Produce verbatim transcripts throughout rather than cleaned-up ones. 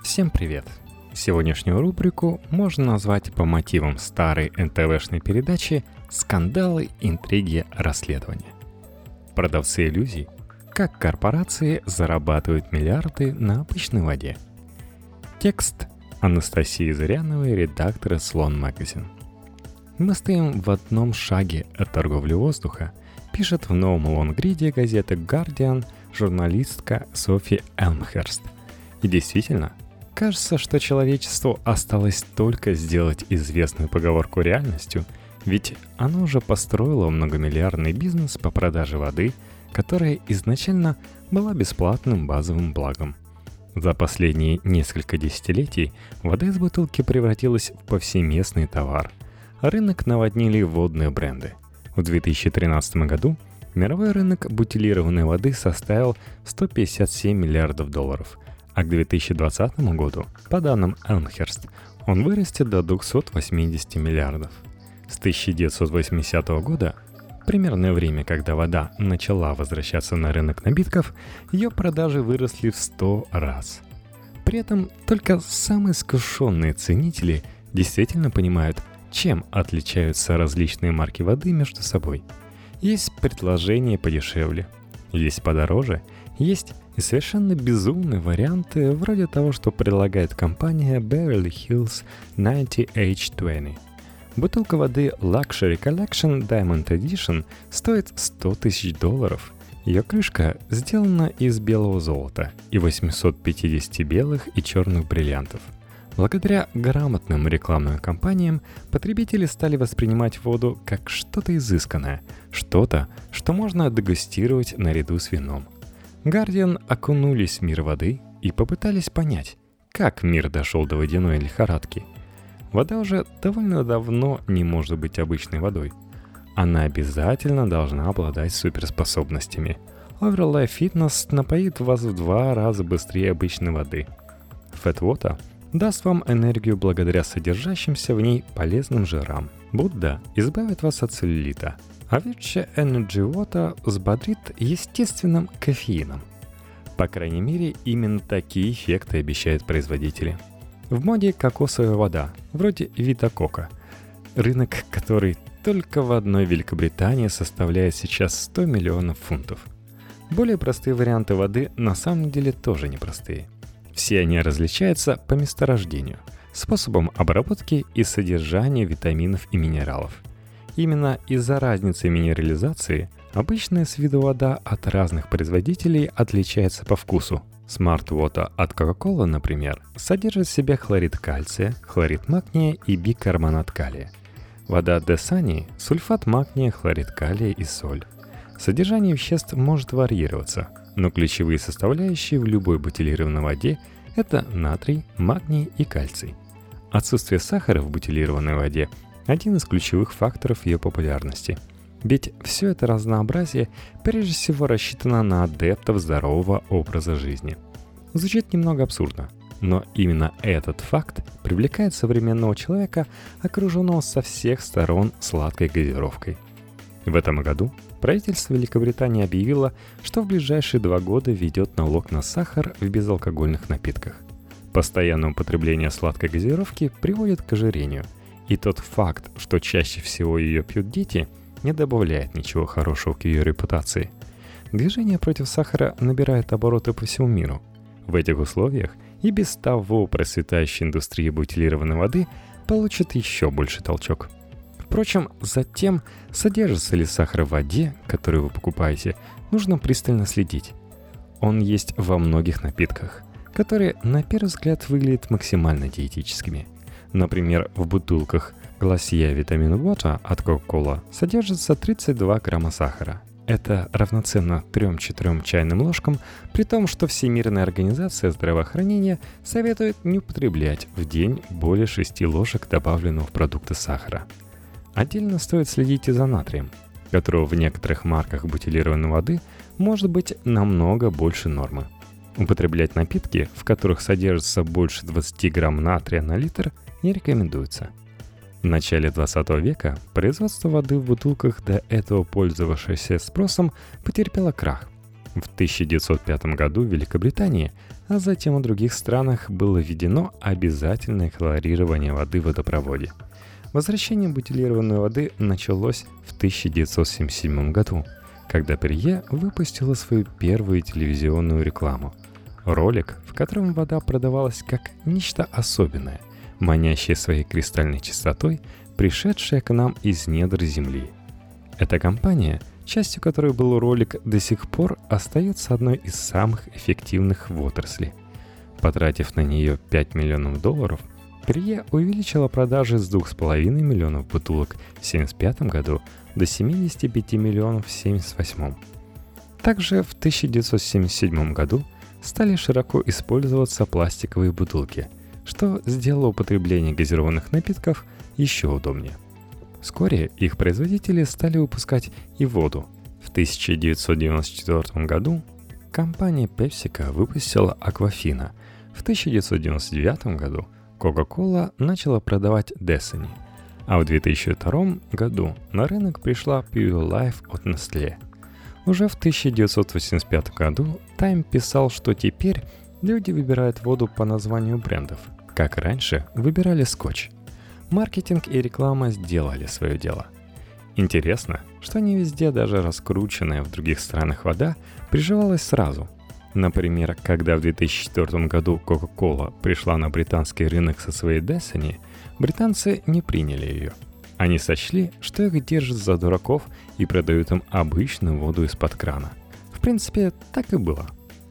Всем привет! Сегодняшнюю рубрику можно назвать по мотивам старой эн тэ вэ-шной передачи «Скандалы, интриги, расследования». Продавцы иллюзий. Как корпорации зарабатывают миллиарды на обычной воде. Текст Анастасии Зыряновой, редактора Слон Magazine. Мы стоим в одном шаге от торговли воздуха, пишет в новом лонгриде газеты Guardian журналистка Софи Элмхерст. И действительно, кажется, что человечеству осталось только сделать известную поговорку реальностью, ведь оно уже построило многомиллиардный бизнес по продаже воды, которая изначально была бесплатным базовым благом. За последние несколько десятилетий вода из бутылки превратилась в повсеместный товар, а рынок наводнили водные бренды. В две тысячи тринадцатом году мировой рынок бутилированной воды составил сто пятьдесят семь миллиардов долларов, а к две тысячи двадцатому году, по данным Elmhurst, он вырастет до двести восемьдесят миллиардов. С тысяча девятьсот восьмидесятого года, примерное время, когда вода начала возвращаться на рынок напитков, ее продажи выросли в сто раз. При этом только самые искушенные ценители действительно понимают, чем отличаются различные марки воды между собой. Есть предложения подешевле, есть подороже, есть и совершенно безумные варианты вроде того, что предлагает компания Beverly Hills девяносто эйч двадцать. Бутылка воды Luxury Collection Diamond Edition стоит сто тысяч долларов. Ее крышка сделана из белого золота и восемьсот пятьдесят белых и черных бриллиантов. Благодаря грамотным рекламным кампаниям потребители стали воспринимать воду как что-то изысканное, что-то, что можно дегустировать наряду с вином. Guardian окунулись в мир воды и попытались понять, как мир дошел до водяной лихорадки. Вода уже довольно давно не может быть обычной водой. Она обязательно должна обладать суперспособностями. Overlife Fitness напоит вас в два раза быстрее обычной воды. Fat Water даст вам энергию благодаря содержащимся в ней полезным жирам. Будда избавит вас от целлюлита. А Virtue Energy Water взбодрит естественным кофеином. По крайней мере, именно такие эффекты обещают производители. В моде кокосовая вода, вроде Vita Coco. Рынок, который только в одной Великобритании составляет сейчас сто миллионов фунтов. Более простые варианты воды на самом деле тоже непростые. Все они различаются по месторождению, способам обработки и содержанию витаминов и минералов. Именно из-за разницы минерализации обычная с виду вода от разных производителей отличается по вкусу. Smart Water от Coca-Cola, например, содержит в себе хлорид кальция, хлорид магния и бикарбонат калия. Вода Dasani – сульфат магния, хлорид калия и соль. Содержание веществ может варьироваться, но ключевые составляющие в любой бутилированной воде – это натрий, магний и кальций. Отсутствие сахара в бутилированной воде – один из ключевых факторов ее популярности. Ведь все это разнообразие прежде всего рассчитано на адептов здорового образа жизни. Звучит немного абсурдно, но именно этот факт привлекает современного человека, окруженного со всех сторон сладкой газировкой. В этом году правительство Великобритании объявило, что в ближайшие два года введет налог на сахар в безалкогольных напитках. Постоянное употребление сладкой газировки приводит к ожирению, и тот факт, что чаще всего ее пьют дети, не добавляет ничего хорошего к ее репутации. Движение против сахара набирает обороты по всему миру. В этих условиях и без того процветающая индустрия бутилированной воды получит еще больше толчок. Впрочем, за тем, содержится ли сахар в воде, которую вы покупаете, нужно пристально следить. Он есть во многих напитках, которые на первый взгляд выглядят максимально диетическими. Например, в бутылках Glacier Vitamin Water от Coca-Cola содержится тридцать два грамма сахара. Это равноценно трем-четырем чайным ложкам, при том, что Всемирная организация здравоохранения советует не употреблять в день более шести ложек добавленного в продукты сахара. Отдельно стоит следить и за натрием, которого в некоторых марках бутилированной воды может быть намного больше нормы. Употреблять напитки, в которых содержится больше двадцать грамм натрия на литр, не рекомендуется. В начале двадцатого века производство воды в бутылках, до этого пользовавшееся спросом, потерпело крах. В тысяча девятьсот пятом году в Великобритании, а затем в других странах было введено обязательное хлорирование воды в водопроводе. Возвращение бутилированной воды началось в тысяча девятьсот семьдесят седьмом году, когда Перье выпустила свою первую телевизионную рекламу. Ролик, в котором вода продавалась как нечто особенное, манящее своей кристальной чистотой, пришедшая к нам из недр земли. Эта компания, частью которой был ролик, до сих пор остается одной из самых эффективных в отрасли. Потратив на нее пять миллионов долларов, Перье увеличила продажи с двух с половиной миллионов бутылок в тысяча девятьсот семьдесят пятом году до семьдесят пять миллионов в тысяча девятьсот семьдесят восьмом. Также в тысяча девятьсот семьдесят седьмом году стали широко использоваться пластиковые бутылки, что сделало употребление газированных напитков еще удобнее. Вскоре их производители стали выпускать и воду. В тысяча девятьсот девяносто четвёртом году компания PepsiCo выпустила Aquafina. В тысяча девятьсот девяносто девятом году Coca-Cola начала продавать Dasani, а в две тысячи втором году на рынок пришла Pure Life от Nestlé. Уже в тысяча девятьсот восемьдесят пятом году Time писал, что теперь люди выбирают воду по названию брендов, как раньше выбирали скотч. Маркетинг и реклама сделали свое дело. Интересно, что не везде даже раскрученная в других странах вода приживалась сразу. Например, когда в две тысячи четвёртом году Coca-Cola пришла на британский рынок со своей Dasani, британцы не приняли ее. Они сочли, что их держат за дураков и продают им обычную воду из-под крана. В принципе, так и было.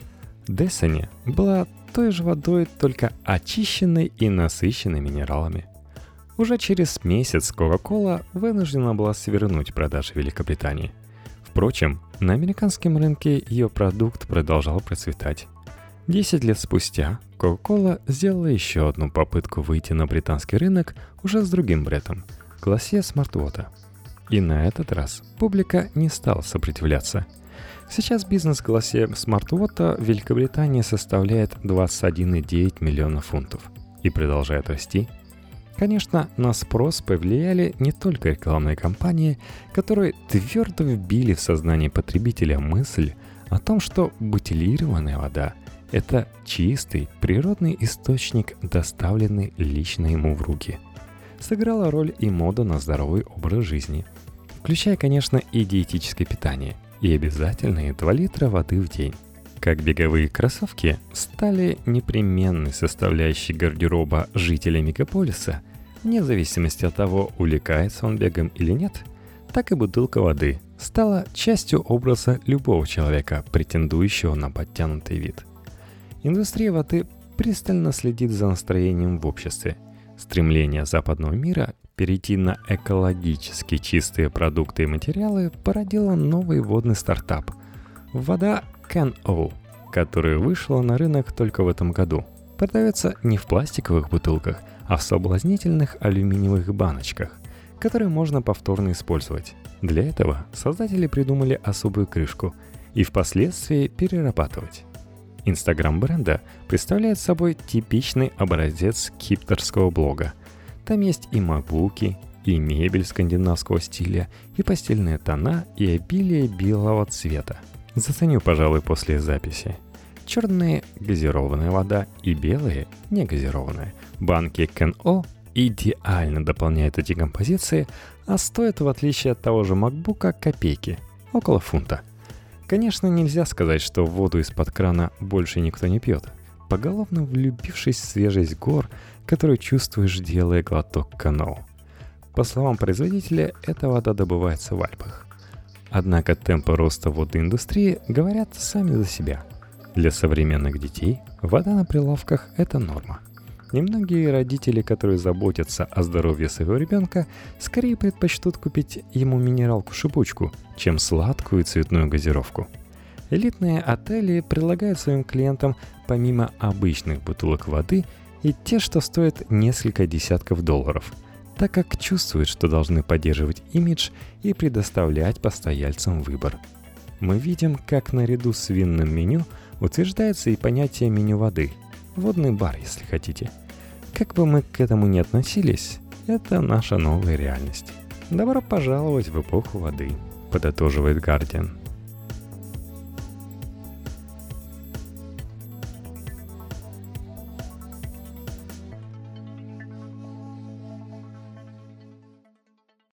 Dasani была той же водой, только очищенной и насыщенной минералами. Уже через месяц Coca-Cola вынуждена была свернуть продажи в Великобритании. Впрочем, на американском рынке ее продукт продолжал процветать. Десять лет спустя Coca-Cola сделала еще одну попытку выйти на британский рынок уже с другим брендом – Glossier Smart Water. И на этот раз публика не стала сопротивляться. Сейчас бизнес Glossier Smart Water в Великобритании составляет двадцать один целых девять десятых миллиона фунтов и продолжает расти. Конечно, на спрос повлияли не только рекламные кампании, которые твердо вбили в сознание потребителя мысль о том, что бутилированная вода – это чистый природный источник, доставленный лично ему в руки. Сыграла роль и мода на здоровый образ жизни, включая, конечно, и диетическое питание, и обязательные два литра воды в день. Как беговые кроссовки стали непременной составляющей гардероба жителей мегаполиса, вне зависимости от того, увлекается он бегом или нет, так и бутылка воды стала частью образа любого человека, претендующего на подтянутый вид. Индустрия воды пристально следит за настроением в обществе. Стремление западного мира перейти на экологически чистые продукты и материалы породило новый водный стартап – вода Can-O, которая вышла на рынок только в этом году. Продается не в пластиковых бутылках, а в соблазнительных алюминиевых баночках, которые можно повторно использовать. Для этого создатели придумали особую крышку и впоследствии перерабатывать. Инстаграм бренда представляет собой типичный образец хипстерского блога. Там есть и макбуки, и мебель скандинавского стиля, и постельные тона, и обилие белого цвета. Заценю, пожалуй, после записи. Черные – газированная вода и белые – негазированная. Банки Can-O идеально дополняют эти композиции, а стоят, в отличие от того же макбука, копейки – около фунта. Конечно, нельзя сказать, что воду из-под крана больше никто не пьет, поголовно влюбившись в свежесть гор, которую чувствуешь, делая глоток Can-O. По словам производителя, эта вода добывается в Альпах. Однако темпы роста водной индустрии говорят сами за себя. Для современных детей вода на прилавках – это норма. Немногие родители, которые заботятся о здоровье своего ребенка, скорее предпочтут купить ему минералку-шипучку, чем сладкую цветную газировку. Элитные отели предлагают своим клиентам помимо обычных бутылок воды и те, что стоят несколько десятков долларов, так как чувствуют, что должны поддерживать имидж и предоставлять постояльцам выбор. Мы видим, как наряду с винным меню утверждается и понятие меню воды – водный бар, если хотите. Как бы мы к этому ни относились, это наша новая реальность. Добро пожаловать в эпоху воды, подытоживает Guardian.